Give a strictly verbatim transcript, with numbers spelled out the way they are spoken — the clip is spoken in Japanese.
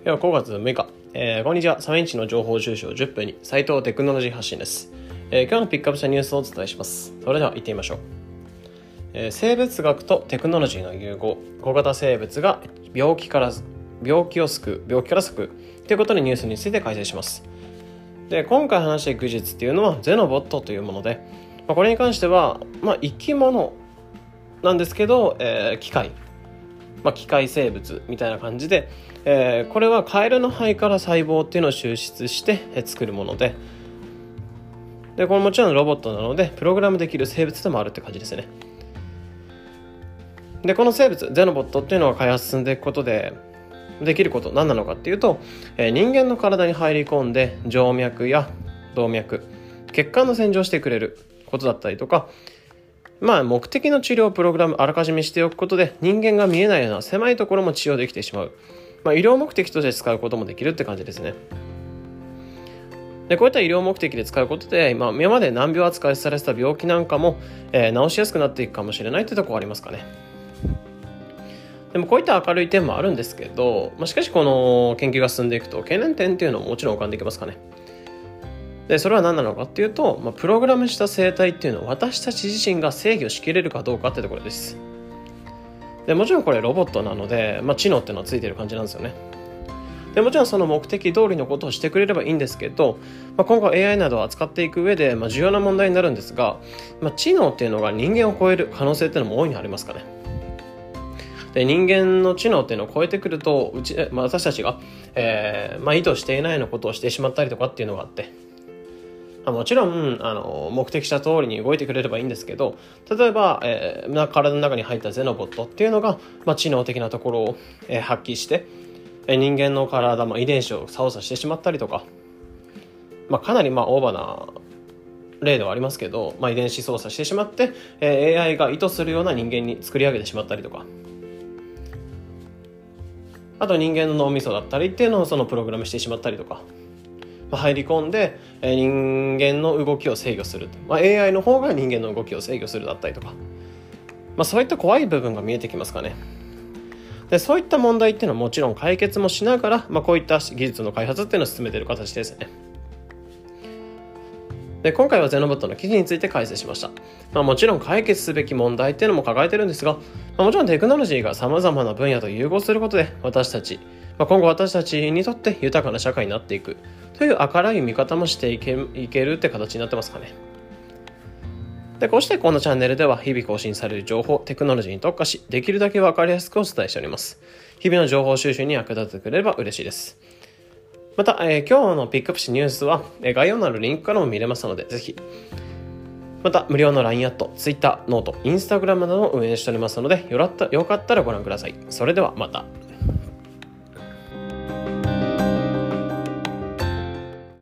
今日はごがつむいか、えー、こんにちは。サメンチの情報収集をじゅっぷんに斉藤テクノロジー発信です。えー、今日のピックアップしたニュースをお伝えします。それでは行ってみましょう。えー、生物学とテクノロジーの融合、小型生物が病気から病気を救う病気から救うということでニュースについて解説します。で今回話していく技術っていうのはゼノボットというもので、まあ、これに関しては、まあ、生き物なんですけど、えー、機械まあ、機械生物みたいな感じで、えー、これはカエルの肺から細胞っていうのを抽出して作るもので、でこれもちろんロボットなのでプログラムできる生物でもあるって感じですね。でこの生物ゼノボットっていうのは開発進んでいくことでできること何なのかっていうと、えー、人間の体に入り込んで静脈や動脈血管の洗浄をしてくれることだったりとか、まあ、目的の治療プログラムあらかじめしておくことで人間が見えないような狭いところも治療できてしまう、まあ、医療目的として使うこともできるって感じですね。でこういった医療目的で使うことで、まあ、今まで難病扱いされてた病気なんかも、えー、治しやすくなっていくかもしれないってところありますかね。でもこういった明るい点もあるんですけど、まあ、しかしこの研究が進んでいくと懸念点っていうのももちろん浮かんできますかね。でそれは何なのかっていうと、まあ、プログラムした生態っていうのを私たち自身が制御しきれるかどうかってところです。でもちろんこれロボットなので、まあ、知能っていうのはついてる感じなんですよね。でもちろんその目的通りのことをしてくれればいいんですけど、まあ、今後 エーアイ などを扱っていく上で、まあ、重要な問題になるんですが、まあ、知能っていうのが人間を超える可能性っていうのも大いにありますかね。で人間の知能っていうのを超えてくるとうち、まあ、私たちが、えーまあ、意図していないようなことをしてしまったりとかっていうのがあって、もちろんあの目的した通りに動いてくれればいいんですけど、例えば、えー、体の中に入ったゼノボットっていうのが、まあ、知能的なところを、えー、発揮して、えー、人間の体、まあ、遺伝子を操作してしまったりとか、まあ、かなりまあオーバーな例ではありますけど、まあ、遺伝子操作してしまって、えー、エーアイ が意図するような人間に作り上げてしまったりとか、あと人間の脳みそだったりっていうのをそのプログラムしてしまったりとか、入り込んで人間の動きを制御する、まあ、エーアイ の方が人間の動きを制御するだったりとか、まあ、そういった怖い部分が見えてきますかね。でそういった問題っていうのはもちろん解決もしながら、まあ、こういった技術の開発っていうのを進めている形ですね。で今回はゼノボットの記事について解説しました。まあ、もちろん解決すべき問題っていうのも抱えてるんですが、まあ、もちろんテクノロジーが様々な分野と融合することで私たち、まあ、今後私たちにとって豊かな社会になっていくという明るい見方もしていけ、いけるって形になってますかね。でこうしてこのチャンネルでは日々更新される情報、テクノロジーに特化し、できるだけ分かりやすくお伝えしております。日々の情報収集に役立ててくれれば嬉しいです。また、えー、今日のピックアップしたニュースは、えー、概要欄のリンクからも見れますので、ぜひ。また、無料の ライン アット、Twitter、ノート、Instagram などを運営しておりますので、よかったらご覧ください。それではまた。